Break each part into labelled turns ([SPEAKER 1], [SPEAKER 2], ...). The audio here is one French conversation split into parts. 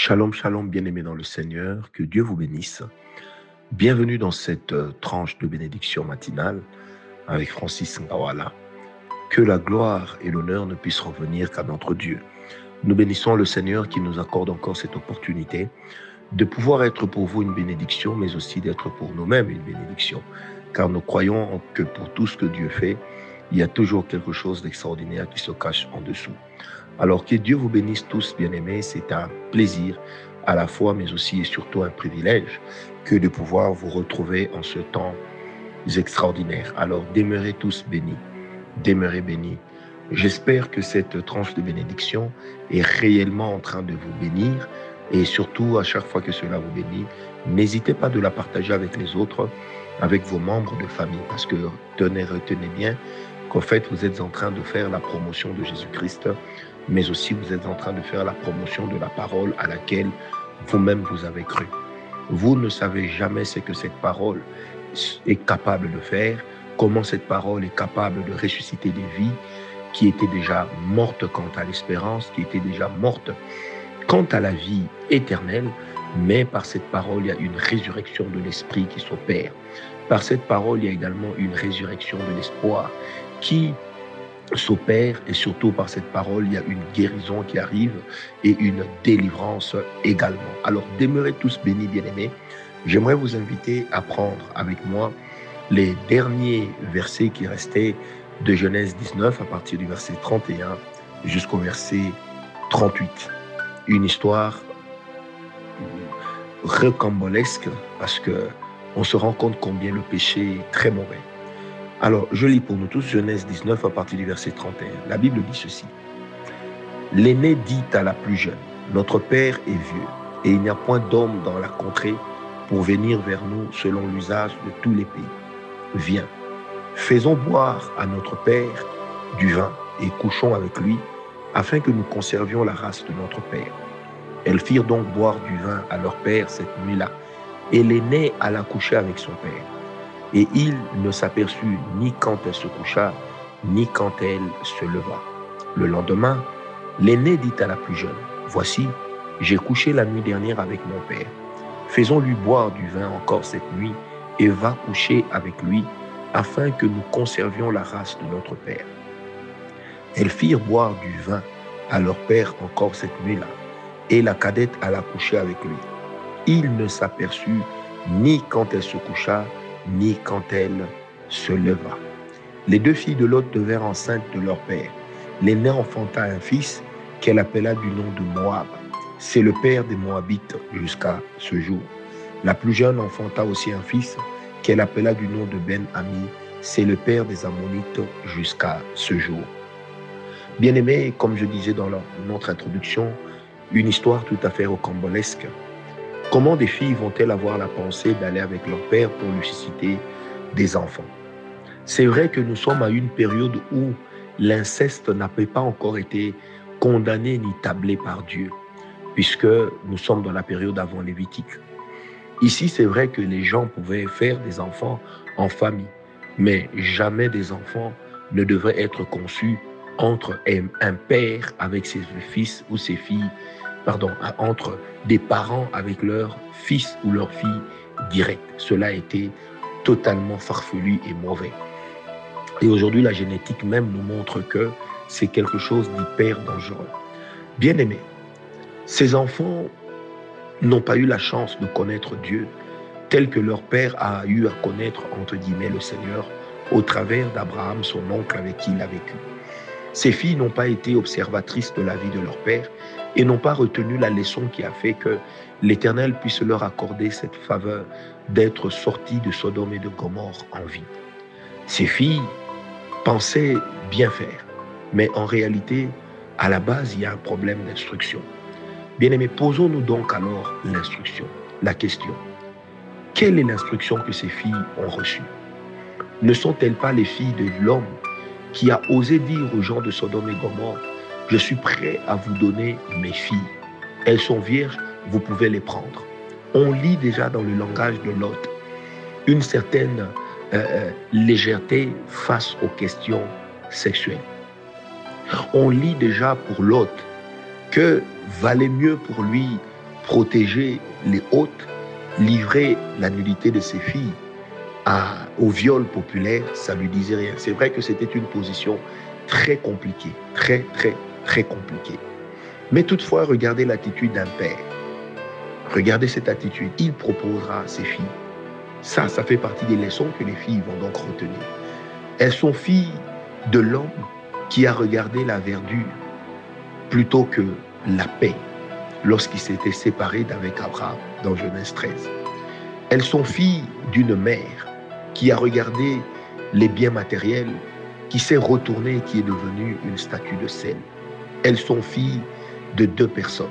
[SPEAKER 1] Shalom, shalom, bien-aimés dans le Seigneur, que Dieu vous bénisse. Bienvenue dans cette tranche de bénédiction matinale avec Francis Ngawala. Que la gloire et l'honneur ne puissent revenir qu'à notre Dieu. Nous bénissons le Seigneur qui nous accorde encore cette opportunité de pouvoir être pour vous une bénédiction, mais aussi d'être pour nous-mêmes une bénédiction. Car nous croyons que pour tout ce que Dieu fait, il y a toujours quelque chose d'extraordinaire qui se cache en dessous. Alors que Dieu vous bénisse tous, bien-aimés, c'est un plaisir à la fois, mais aussi et surtout un privilège que de pouvoir vous retrouver en ce temps extraordinaire. Alors demeurez tous bénis, demeurez bénis. J'espère que cette tranche de bénédiction est réellement en train de vous bénir et surtout à chaque fois que cela vous bénit, n'hésitez pas de la partager avec les autres, avec vos membres de famille, parce que retenez bien qu'en fait vous êtes en train de faire la promotion de Jésus-Christ, mais aussi vous êtes en train de faire la promotion de la parole à laquelle vous-même vous avez cru. Vous ne savez jamais ce que cette parole est capable de faire, comment cette parole est capable de ressusciter des vies qui étaient déjà mortes quant à l'espérance, qui étaient déjà mortes quant à la vie éternelle, mais par cette parole, il y a une résurrection de l'esprit qui s'opère. Par cette parole, il y a également une résurrection de l'espoir qui s'opère, et surtout par cette parole, il y a une guérison qui arrive et une délivrance également. Alors, demeurez tous bénis, bien-aimés. J'aimerais vous inviter à prendre avec moi les derniers versets qui restaient de Genèse 19 à partir du verset 31 jusqu'au verset 38. Une histoire rocambolesque parce que on se rend compte combien le péché est très mauvais. Alors, je lis pour nous tous Genèse 19 à partir du verset 31. La Bible dit ceci. L'aîné dit à la plus jeune, notre père est vieux et il n'y a point d'homme dans la contrée pour venir vers nous selon l'usage de tous les pays. Viens, faisons boire à notre père du vin et couchons avec lui afin que nous conservions la race de notre père. Elles firent donc boire du vin à leur père cette nuit-là et l'aîné alla coucher avec son père. Et il ne s'aperçut ni quand elle se coucha, ni quand elle se leva. Le lendemain, l'aîné dit à la plus jeune, « Voici, j'ai couché la nuit dernière avec mon père. Faisons-lui boire du vin encore cette nuit et va coucher avec lui, afin que nous conservions la race de notre père. » Elles firent boire du vin à leur père encore cette nuit-là, et la cadette alla coucher avec lui. Il ne s'aperçut ni quand elle se coucha, ni quand elle se leva. Les deux filles de Lot devinrent enceintes de leur père. L'aînée enfanta un fils qu'elle appela du nom de Moab. C'est le père des Moabites jusqu'à ce jour. La plus jeune enfanta aussi un fils qu'elle appela du nom de Ben-Ami. C'est le père des Ammonites jusqu'à ce jour. Bien-aimés, comme je disais dans notre introduction, une histoire tout à fait rocambolesque. Comment des filles vont-elles avoir la pensée d'aller avec leur père pour lui susciter des enfants? C'est vrai que nous sommes à une période où l'inceste n'avait pas encore été condamné ni tablé par Dieu, puisque nous sommes dans la période avant Lévitique. Ici, c'est vrai que les gens pouvaient faire des enfants en famille, mais jamais des enfants ne devraient être conçus entre un père avec ses fils ou ses filles, entre des parents avec leurs fils ou leurs filles directs. Cela a été totalement farfelu et mauvais. Et aujourd'hui, la génétique même nous montre que c'est quelque chose d'hyper dangereux. Bien-aimés, ces enfants n'ont pas eu la chance de connaître Dieu tel que leur père a eu à connaître, entre guillemets, le Seigneur au travers d'Abraham, son oncle avec qui il a vécu. Ces filles n'ont pas été observatrices de la vie de leur père et n'ont pas retenu la leçon qui a fait que l'Éternel puisse leur accorder cette faveur d'être sorties de Sodome et de Gomorrhe en vie. Ces filles pensaient bien faire, mais en réalité, à la base, il y a un problème d'instruction. Bien-aimés, posons-nous donc alors la question. Quelle est l'instruction que ces filles ont reçue? Ne sont-elles pas les filles de l'homme qui a osé dire aux gens de Sodome et Gomorrhe, « Je suis prêt à vous donner mes filles. Elles sont vierges, vous pouvez les prendre. » On lit déjà dans le langage de Lot une certaine légèreté face aux questions sexuelles. On lit déjà pour Lot que valait mieux pour lui protéger les hôtes, livrer la nudité de ses filles au viol populaire, ça lui disait rien. C'est vrai que c'était une position très compliquée, très, très, très compliquée. Mais toutefois, regardez l'attitude d'un père. Regardez cette attitude. Il proposera à ses filles. Ça fait partie des leçons que les filles vont donc retenir. Elles sont filles de l'homme qui a regardé la verdure plutôt que la paix lorsqu'il s'était séparé d'avec Abraham dans Genèse 13. Elles sont filles d'une mère qui a regardé les biens matériels, qui s'est retournée et qui est devenue une statue de sel. Elles sont filles de deux personnes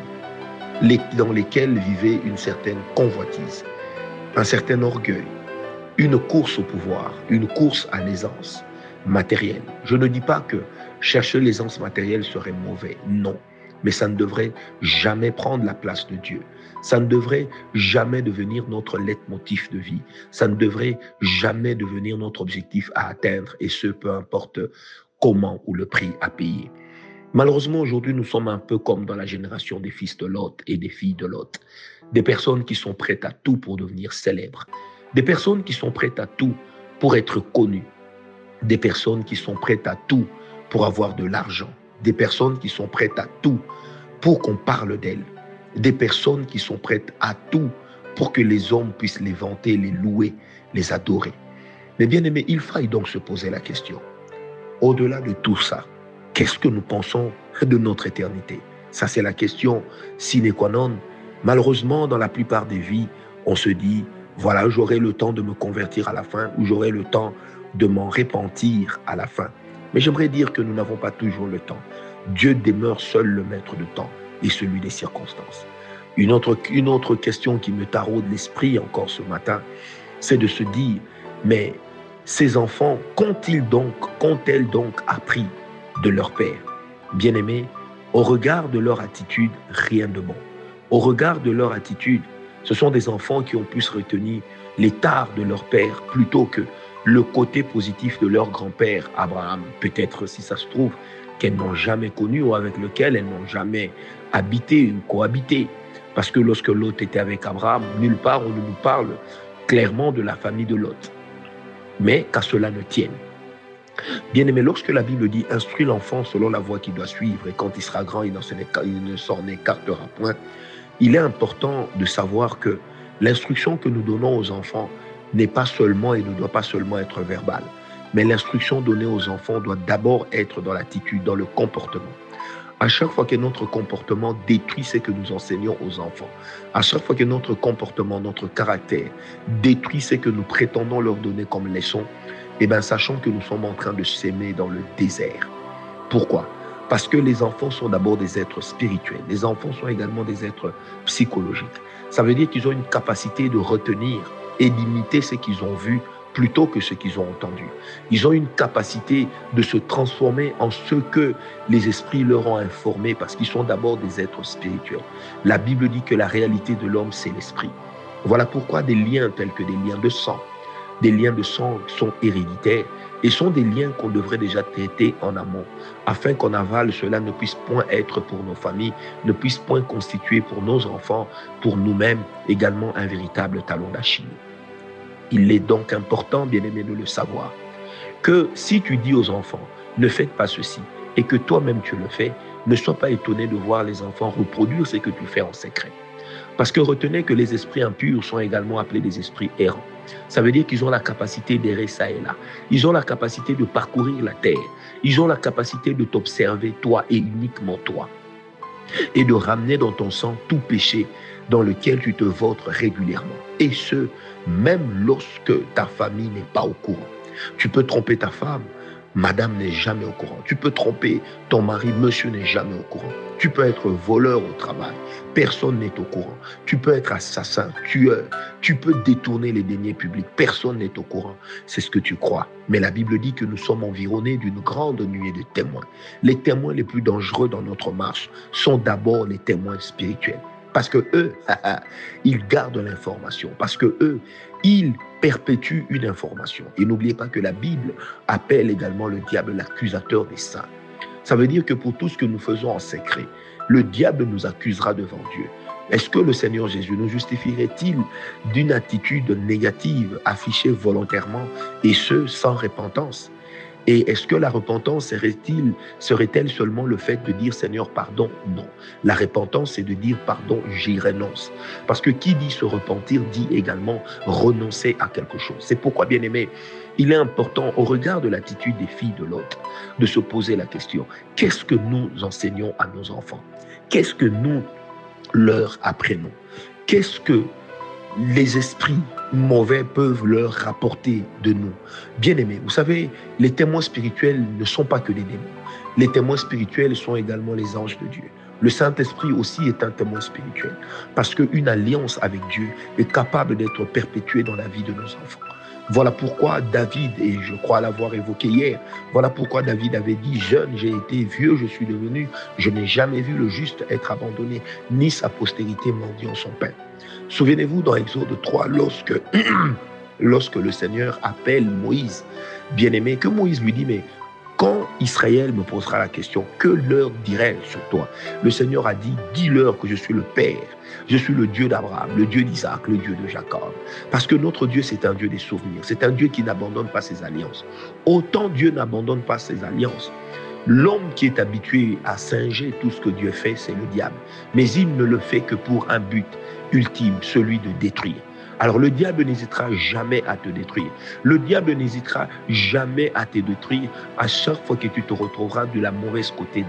[SPEAKER 1] dans lesquelles vivait une certaine convoitise, un certain orgueil, une course au pouvoir, une course à l'aisance matérielle. Je ne dis pas que chercher l'aisance matérielle serait mauvais, non. Mais ça ne devrait jamais prendre la place de Dieu. Ça ne devrait jamais devenir notre leitmotiv de vie. Ça ne devrait jamais devenir notre objectif à atteindre, et ce, peu importe comment ou le prix à payer. Malheureusement, aujourd'hui, nous sommes un peu comme dans la génération des fils de Lot et des filles de Lot. Des personnes qui sont prêtes à tout pour devenir célèbres. Des personnes qui sont prêtes à tout pour être connues. Des personnes qui sont prêtes à tout pour avoir de l'argent. Des personnes qui sont prêtes à tout pour qu'on parle d'elles. Des personnes qui sont prêtes à tout pour que les hommes puissent les vanter, les louer, les adorer. Mais bien aimés, il faille donc se poser la question. Au-delà de tout ça, qu'est-ce que nous pensons de notre éternité? Ça, c'est la question sine qua non. Malheureusement, dans la plupart des vies, on se dit, voilà, j'aurai le temps de me convertir à la fin, ou j'aurai le temps de m'en repentir à la fin. Mais j'aimerais dire que nous n'avons pas toujours le temps. Dieu demeure seul le maître de temps et celui des circonstances. Une autre question qui me taraude l'esprit encore ce matin, c'est de se dire, mais ces enfants, qu'ont-elles donc appris de leur père? Bien-aimés, au regard de leur attitude, rien de bon. Au regard de leur attitude, ce sont des enfants qui ont pu se retenir les tares de leur père plutôt que le côté positif de leur grand-père Abraham. Peut-être, si ça se trouve, qu'elles n'ont jamais connu ou avec lequel elles n'ont jamais habité ou cohabité. Parce que lorsque Lot était avec Abraham, nulle part on ne nous parle clairement de la famille de Lot. Mais qu'à cela ne tienne. Bien-aimé, lorsque la Bible dit « Instruis l'enfant selon la voie qu'il doit suivre, et quand il sera grand, il ne s'en écartera point », il est important de savoir que l'instruction que nous donnons aux enfants n'est pas seulement et ne doit pas seulement être verbale, mais l'instruction donnée aux enfants doit d'abord être dans l'attitude, dans le comportement. À chaque fois que notre comportement détruit ce que nous enseignons aux enfants, à chaque fois que notre comportement, notre caractère détruit ce que nous prétendons leur donner comme leçon, eh bien, sachons que nous sommes en train de s'aimer dans le désert. Pourquoi? Parce que les enfants sont d'abord des êtres spirituels. Les enfants sont également des êtres psychologiques. Ça veut dire qu'ils ont une capacité de retenir et d'imiter ce qu'ils ont vu plutôt que ce qu'ils ont entendu. Ils ont une capacité de se transformer en ce que les esprits leur ont informé parce qu'ils sont d'abord des êtres spirituels. La Bible dit que la réalité de l'homme, c'est l'esprit. Voilà pourquoi des liens tels que des liens de sang sont héréditaires et sont des liens qu'on devrait déjà traiter en amont, afin qu'en aval, cela ne puisse point être pour nos familles, ne puisse point constituer pour nos enfants, pour nous-mêmes, également un véritable talon d'Achille. Il est donc important, bien-aimé, de le savoir, que si tu dis aux enfants, ne faites pas ceci, et que toi-même tu le fais, ne sois pas étonné de voir les enfants reproduire ce que tu fais en secret. Parce que retenez que les esprits impurs sont également appelés des esprits errants. Ça veut dire qu'ils ont la capacité d'errer ça et là. Ils ont la capacité de parcourir la terre. Ils ont la capacité de t'observer, toi et uniquement toi. Et de ramener dans ton sang tout péché dans lequel tu te vautres régulièrement. Et ce, même lorsque ta famille n'est pas au courant. Tu peux tromper ta femme, madame n'est jamais au courant. Tu peux tromper ton mari, monsieur n'est jamais au courant. Tu peux être voleur au travail, personne n'est au courant. Tu peux être assassin, tueur, tu peux détourner les deniers publics, personne n'est au courant. C'est ce que tu crois. Mais la Bible dit que nous sommes environnés d'une grande nuée de témoins. Les témoins les plus dangereux dans notre marche sont d'abord les témoins spirituels. Parce que eux, ils gardent l'information. Parce que eux, ils perpétuent une information. Et n'oubliez pas que la Bible appelle également le diable l'accusateur des saints. Ça veut dire que pour tout ce que nous faisons en secret, le diable nous accusera devant Dieu. Est-ce que le Seigneur Jésus nous justifierait-il d'une attitude négative affichée volontairement et ce, sans repentance? Et est-ce que la repentance serait-elle seulement le fait de dire Seigneur, pardon? Non. La repentance, c'est de dire pardon, j'y renonce. Parce que qui dit se repentir dit également renoncer à quelque chose. C'est pourquoi, bien aimé, il est important, au regard de l'attitude des filles de l'autre, de se poser la question, qu'est-ce que nous enseignons à nos enfants? Qu'est-ce que nous leur apprenons? Qu'est-ce que les esprits mauvais peuvent leur rapporter de nous? Bien-aimés, vous savez, les témoins spirituels ne sont pas que des démons. Les témoins spirituels sont également les anges de Dieu. Le Saint-Esprit aussi est un témoin spirituel parce qu'une alliance avec Dieu est capable d'être perpétuée dans la vie de nos enfants. Voilà pourquoi David, et je crois l'avoir évoqué hier, voilà pourquoi David avait dit « Jeune, j'ai été vieux, je suis devenu, je n'ai jamais vu le juste être abandonné, ni sa postérité mendiant son pain. » Souvenez-vous dans Exode 3, lorsque le Seigneur appelle Moïse, bien-aimé, que Moïse lui dit « Mais quand Israël me posera la question, que leur dirai-je sur toi ?» Le Seigneur a dit « Dis-leur que je suis le Père, je suis le Dieu d'Abraham, le Dieu d'Isaac, le Dieu de Jacob. » Parce que notre Dieu, c'est un Dieu des souvenirs, c'est un Dieu qui n'abandonne pas ses alliances. Autant Dieu n'abandonne pas ses alliances, l'homme qui est habitué à singer tout ce que Dieu fait, c'est le diable. Mais il ne le fait que pour un but ultime, celui de détruire. Alors le diable n'hésitera jamais à te détruire. Le diable n'hésitera jamais à te détruire à chaque fois que tu te retrouveras du mauvais côté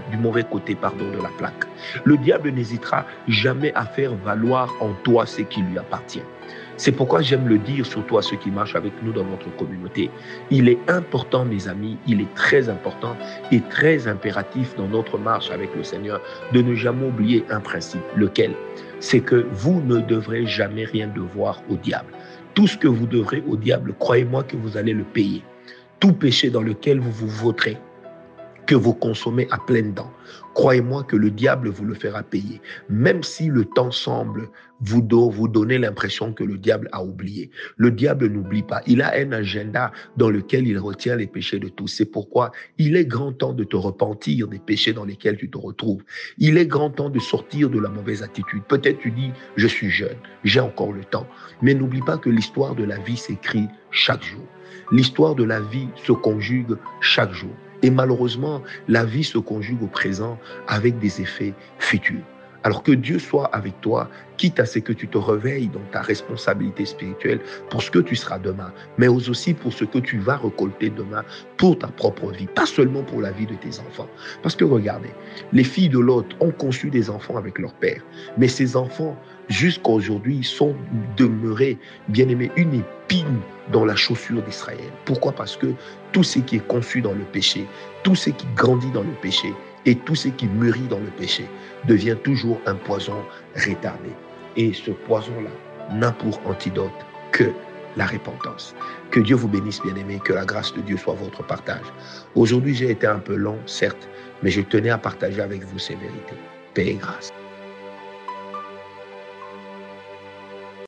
[SPEAKER 1] de la plaque. Le diable n'hésitera jamais à faire valoir en toi ce qui lui appartient. C'est pourquoi j'aime le dire, surtout à ceux qui marchent avec nous dans notre communauté. Il est important, mes amis, il est très important et très impératif dans notre marche avec le Seigneur de ne jamais oublier un principe. Lequel? C'est que vous ne devrez jamais rien devoir au diable. Tout ce que vous devrez au diable, croyez-moi que vous allez le payer. Tout péché dans lequel vous vous vautrez, que vous consommez à pleines dents, croyez-moi que le diable vous le fera payer. Même si le temps semble vous donner l'impression que le diable a oublié. Le diable n'oublie pas. Il a un agenda dans lequel il retient les péchés de tous. C'est pourquoi il est grand temps de te repentir des péchés dans lesquels tu te retrouves. Il est grand temps de sortir de la mauvaise attitude. Peut-être tu dis, je suis jeune, j'ai encore le temps. Mais n'oublie pas que l'histoire de la vie s'écrit chaque jour. L'histoire de la vie se conjugue chaque jour. Et malheureusement, la vie se conjugue au présent avec des effets futurs. Alors que Dieu soit avec toi, quitte à ce que tu te réveilles dans ta responsabilité spirituelle pour ce que tu seras demain, mais aussi pour ce que tu vas récolter demain pour ta propre vie, pas seulement pour la vie de tes enfants. Parce que regardez, les filles de Lot ont conçu des enfants avec leur père, mais ces enfants, jusqu'à aujourd'hui, sont demeurés, bien aimés, une épine dans la chaussure d'Israël. Pourquoi? Parce que tout ce qui est conçu dans le péché, tout ce qui grandit dans le péché et tout ce qui mûrit dans le péché devient toujours un poison retardé. Et ce poison-là n'a pour antidote que la repentance. Que Dieu vous bénisse, bien-aimés, que la grâce de Dieu soit votre partage. Aujourd'hui, j'ai été un peu long, certes, mais je tenais à partager avec vous ces vérités. Paix et grâce.